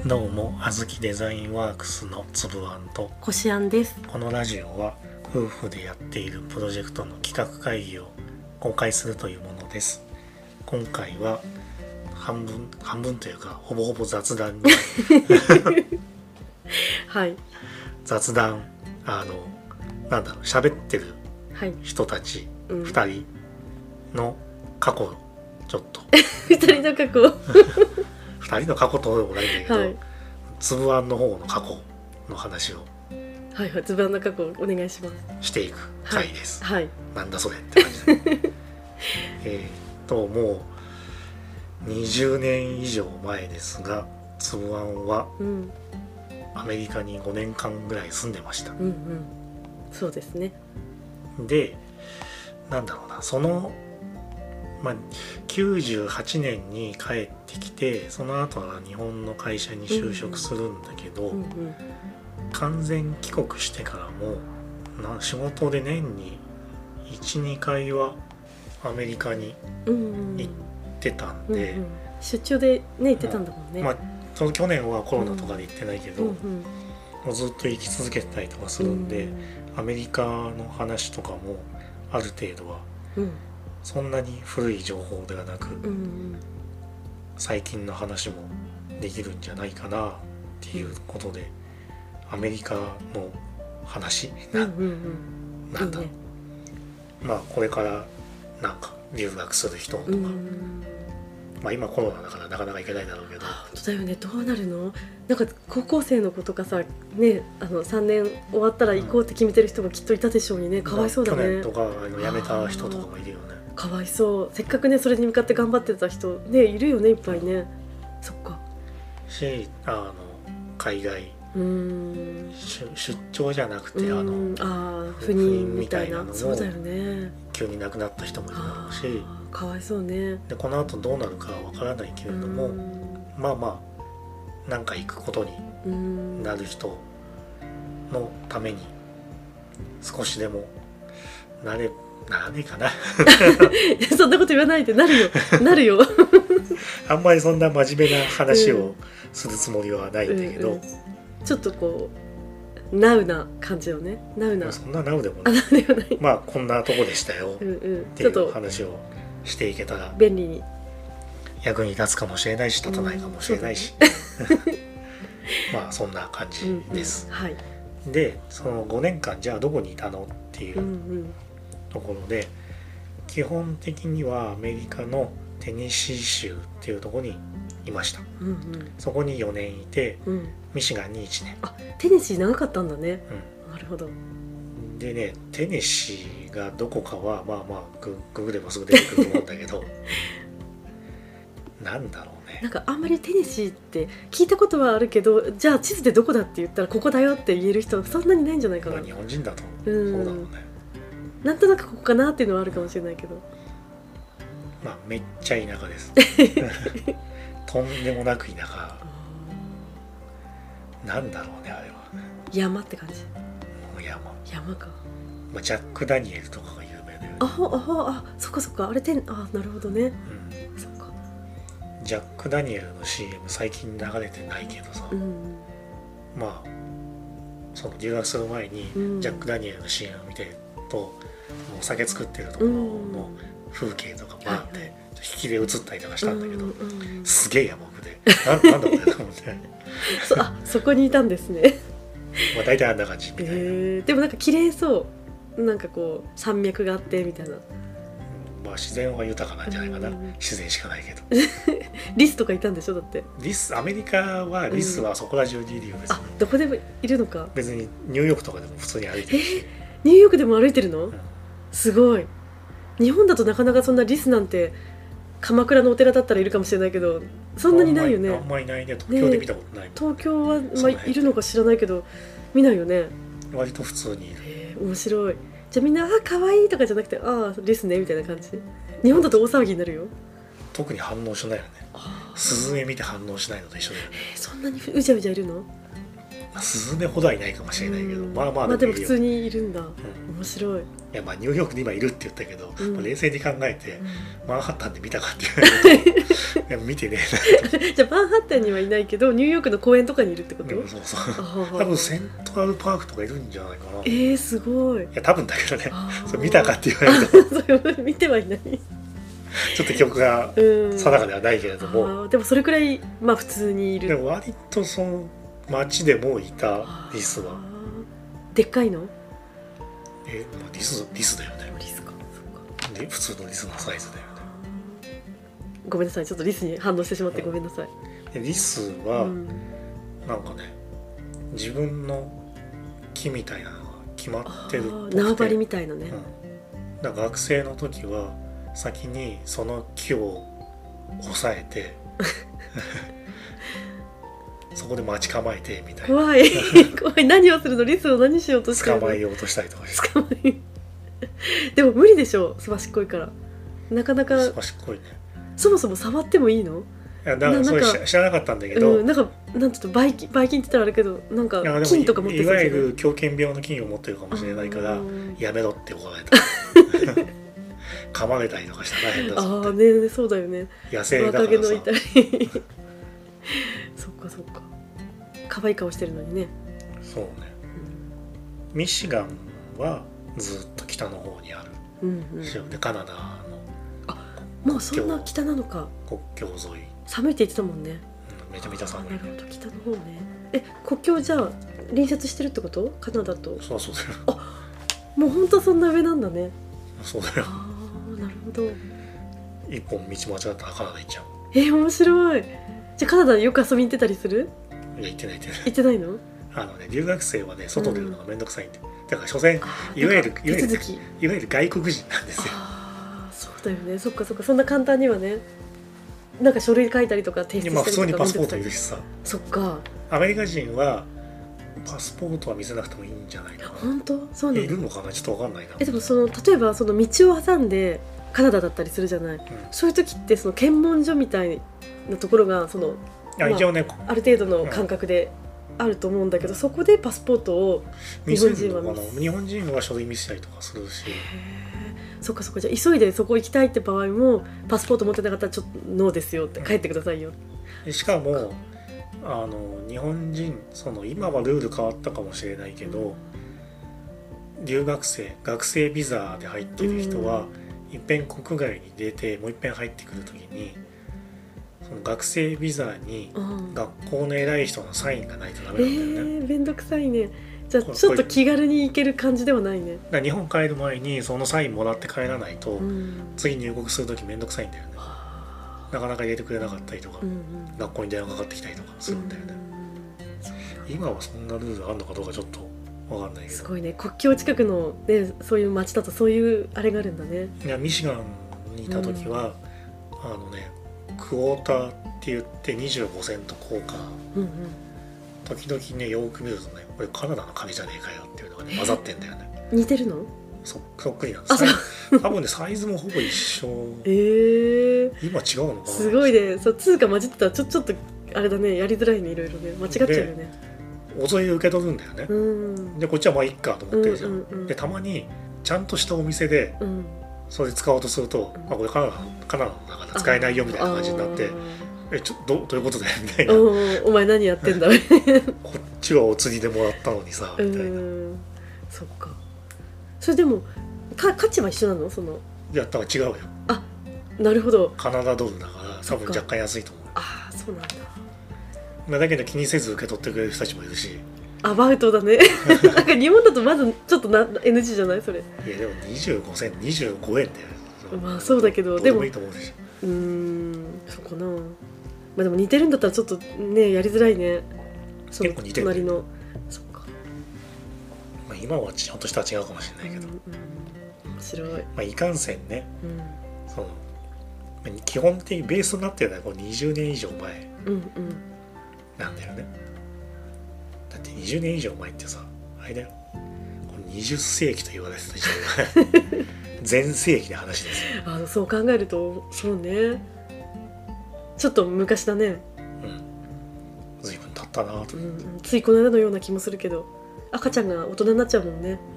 どうも、あずきデザインワークスのつぶあんとこしあんです。 このラジオは夫婦でやっているプロジェクトの企画会議を公開するというものです。今回は半分というかほぼほぼ雑談にはい。 雑談喋ってるはい。 人たちうん 2人の過去をちょっと二人の過去。 2人の過去とでもないんだけど、 はい。 つぶあんの方の過去の話をはいはい。ズバンの過去お願いします。 していく回です。 はい。 なんだそれって感じでもう20年以上前ですが、つぶあんはうんアメリカに5年間ぐらい住んでました。 うんうん。そうですね。 で、その、98年に帰ってきて、その後は日本の会社に就職するんだけど、 うんうん。 完全帰国してからも仕事で年に 1,2 回はアメリカにうんうん。 行ってたんで、 うんうん。出張でね行ってたんだもんね。 その去年はコロナとかで行ってないけど、 うんうん。 もうずっと行き続けてたりとかするんで、アメリカの話とかもある程度はうんそんなに古い情報ではなく、 うんうん最近の話もできるんじゃないかなっていうことで、アメリカの話うんうんうん。 なんだいいね。 これから留学する人とか、今コロナだからなかなか行けないだろうけど、 本当だよね。どうなるの？なんか高校生の子とかさ、ね、3年終わったら行こうって決めてる人もきっといたでしょうにね。かわいそうだね。 去年とか辞めた人とかもいるよね。 かわいそう。せっかくねそれに向かって頑張ってた人ねいるよね、いっぱいね。そっか。 し、海外出張じゃなくて不妊みたいな。そうだよね。 急に亡くなった人もいるだろうし、 かわいそうね。 でこの後どうなるかはわからないけれども、行くことになる人のために少しでもならねえかなそんなこと言わないで。なるよなるよあんまりそんな真面目な話をするつもりはないんだけど、 ちょっとこうナウな感じよね。ナウな。 そんなナウでもない。 ナウではない。 こんなとこでしたよっていう話をしていけたら便利に役に立つかもしれないし立たないかもしれないし、そんな感じです。 はい。 でその5年間じゃあどこにいたのっていうところで、基本的にはアメリカのテネシー州っていうところにいました。そこに4年いて、ミシガンに1年。 テネシー長かったんだね。なるほど。 でね、テネシーがどこかはググればすぐ出てくると思うんだけどなんだろうね。 あんまりテネシーって聞いたことはあるけど、じゃあ地図でどこだって言ったらここだよって言える人そんなにないんじゃないかな。 日本人だとそうだろうね。 なんとなくここかなっていうのはあるかもしれないけど、 めっちゃ田舎ですとんでもなく田舎。なんだろうね、あれは。 山って感じ。山か。 ジャック・ダニエルとかが有名だよね。 そっかそっか。あれなるほどね。そっか。 ジャック・ダニエルの CM 最近流れてないけどさ、その留学する前にジャック・ダニエルの CM 見てると、お酒作ってるところの風景とかって引きで映ったりとかしたんだけど、すげえ山奥でなんだこれと思ってそこにいたんですね大体あんな感じみたいな。 でも綺麗そう。こう山脈があってみたいな。 自然は豊かなんじゃないかな。自然しかないけどリスとかいたんでしょ。だってアメリカはリスはそこら中にいるよ。別にどこでもいるのか。 別にニューヨークとかでも普通に歩いてるし。 ニューヨークでも歩いてるの？すごい。日本だとなかなかそんなリスなんて鎌倉のお寺だったらいるかもしれないけど、そんなにないよね。 あんまりいないね。東京で見たことない。 東京はいるのか知らないけど見ないよね。 割と普通にいる。 面白い。じゃあみんな可愛いとかじゃなくてリスねみたいな感じ。日本だと大騒ぎになるよ。 特に反応しないよね。スズメ見て反応しないのと一緒だよね。 そんなにうじゃうじゃいるの？ スズメほどはいないかもしれないけど、 でも普通にいるんだ。面白い。 ニューヨークに今いるって言ったけど、冷静に考えてマンハッタンで見たかって言われると見てねえなじゃあマンハッタンにはいはいないけどニューヨークの公園とかにいるってこと？ そうそう多分セントラルパークとかいるんじゃないかな。 すごい。 いや多分だけどねそれ見たかって言われるとそれ見てはいないちょっと記憶が定かではないけれども、 でもそれくらいまあ普通にいる。 でも割とその街でもいたリスはでっかいの？ まあ、リスだよね。 リスか。 で普通のリスのサイズだよね。 ごめんなさいちょっとリスに反応してしまってごめんなさい。 でリスは、なんかね自分の木みたいなのが決まってるっぽくて縄張りみたいなね、 だから学生の時は先にその木を押さえてそこで待ち構えてみたいな。 怖い怖い。何をするの？リスを何しようとしてるの？ 捕まえようとしたりとかして。 捕まえでも無理でしょ、すばしっこいから。なかなかすばしっこいね。 そもそも触ってもいいの？ いやだからそれ知らなかったんだけど、 なんかなんていうのばい菌って言ったらあれけどなんか菌とか持ってそうじゃない？ いわゆる狂犬病の菌を持ってるかもしれないからやめろって怒られた噛まれたりとかしたら大変だぞって。 ねそうだよね。 野生だからさ。 若気の至りそっかそっか。可愛い顔してるのにね。 そうね、ミシガンはずっと北の方にある州で、カナダのもうそんな北なのか。 国境沿い寒いって言ってたもんね、 めちゃめちゃ寒い。 なるほど、北の方ね。国境じゃあ隣接してるってこと？カナダと。 そうだよ。 もうほんとそんな上なんだね。 そうだよ。 なるほど。 一本道間違ったらカナダ行っちゃう。 面白い。じゃあカナダよく遊びに行ってたりする？ いや行ってない行ってないの？ 留学生はね外出るのがめんどくさいんで、だから所詮いわゆる外国人なんですよ。 そうだよね。そっかそっか。そんな簡単にはね、なんか書類書いたりとか提出したりとか。 普通にパスポートいるしさ。 そっか。 アメリカ人はパスポートは見せなくてもいいんじゃないかな。 本当？そうなの？ いるのかな、ちょっと分かんないな。 でも例えばその道を挟んでカナダだったりするじゃない、そういう時ってその検問所みたいなところが一応ね、 ある程度の感覚であると思うんだけど、そこでパスポートを日本人は日本人は書類見せたりとかするし。 そっかそっか。じゃあ急いでそこ行きたいって場合もパスポート持ってなかったらちょっとノーですよって帰ってくださいよ。 しかも日本人今はルール変わったかもしれないけど、学生ビザで入ってる人は、いっぺん国外に出てもういっぺん入ってくるときにその学生ビザに学校の偉い人のサインがないとダメなんだよね。 めんどくさいね。じゃあちょっと気軽に行ける感じではないね。 だから日本帰る前にそのサインもらって帰らないと、次入国するときめんどくさいんだよね。なかなか入れてくれなかったりとか、学校に電話かかってきたりとかするんだよね。今はそんなルールあるのかどうかちょっと分かんないけど。 すごいね。国境近くの、ね、そういう街だとそういうあれがあるんだね。 いやミシガンにいた時は、クォーターって言って25セント硬貨、時々ねよく見るとね、これカナダの金じゃねえかよっていうのがね混ざってんだよね。 似てるの？ そっくりなんです。多分ねサイズもほぼ一緒。今違うのかな。 すごいね。通貨混じってたらちょっとあれだね、やりづらいね、いろいろね、間違っちゃうよね。 お釣りで受け取るんだよね。でこっちはまあいっかと思ってるじゃん。でたまにちゃんとしたお店で、それ使おうとすると、これカナダのだから使えないよみたいな感じになって、どういうことだよみたいな。 お前何やってんだこっちはお釣りでもらったのにさみたいな。 そっか。それでも価値は一緒なの？ いや多分違うよ。 なるほど。 カナダドルだから多分若干安いと思う。 そうなんだ。 だ。 だけど気にせず受け取ってくれる人たちもいるし。 アバウトだねなんか日本だとまずちょっとNG じゃないそれ。 いやでも25銭25円だよ。 まあそうだけどでもいいと思うでしょ。 そうかな。まあでも似てるんだったらちょっとねやりづらいね。 結構似てる、ね。 隣の。そっか。 まあ今はちゃんとしたら違うかもしれないけど。 面白い。 まあいかんせんね。基本的にベースになってるのはこう20年以上前なんだよね。だって20年以上前ってさあれだよ。20世紀と言われてた時代が全盛期の話ですよ。 そう考えるとそうね。ちょっと昔だね。 随分経ったなと、 ついこの間のような気もするけど赤ちゃんが大人になっちゃうもんね。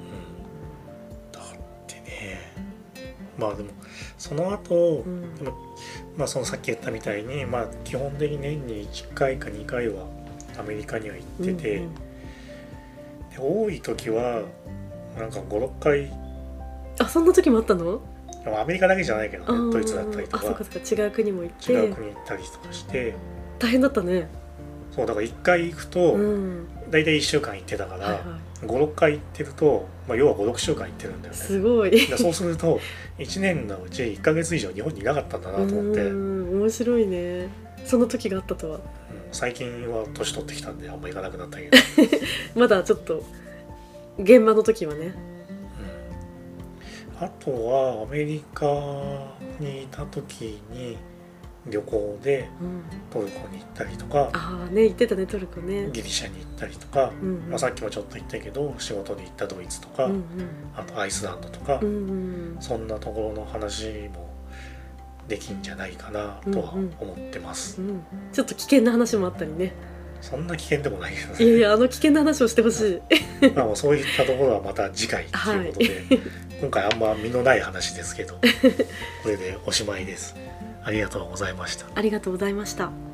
だってね。まあでもその後、 そのさっき言ったみたいに、基本的に年に1回か2回はアメリカには行ってて、で多い時はなんか 5,6 回。 あ、そんな時もあったの？ アメリカだけじゃないけどね、ドイツだったりとか、 そうか違う国も行って違う国行ったりとかして大変だったね。 そうだから1回行くと大体1週間行ってたから、5,6 回行ってると、要は 5,6 週間行ってるんだよね。 すごい。 そうすると1年のうち1ヶ月以上日本にいなかったんだなと思って。 面白いね、その時があったとは。 最近は年取ってきたんであんま行かなくなったけどまだちょっと現場の時はね。 あとはアメリカにいた時に旅行でトルコに行ったりとか、 行ってたね、トルコね。 ギリシャに行ったりとか、さっきもちょっと言ったけど仕事で行ったドイツとか、あとアイスランドとか、そんなところの話もできんじゃないかなとは思ってます、 ちょっと危険な話もあったりね。 そんな危険でもないけどね。 いや危険な話をしてほしい。 もうそういったところはまた次回ということで、今回あんま身のない話ですけどこれでおしまいです。ありがとうございました。 ありがとうございました。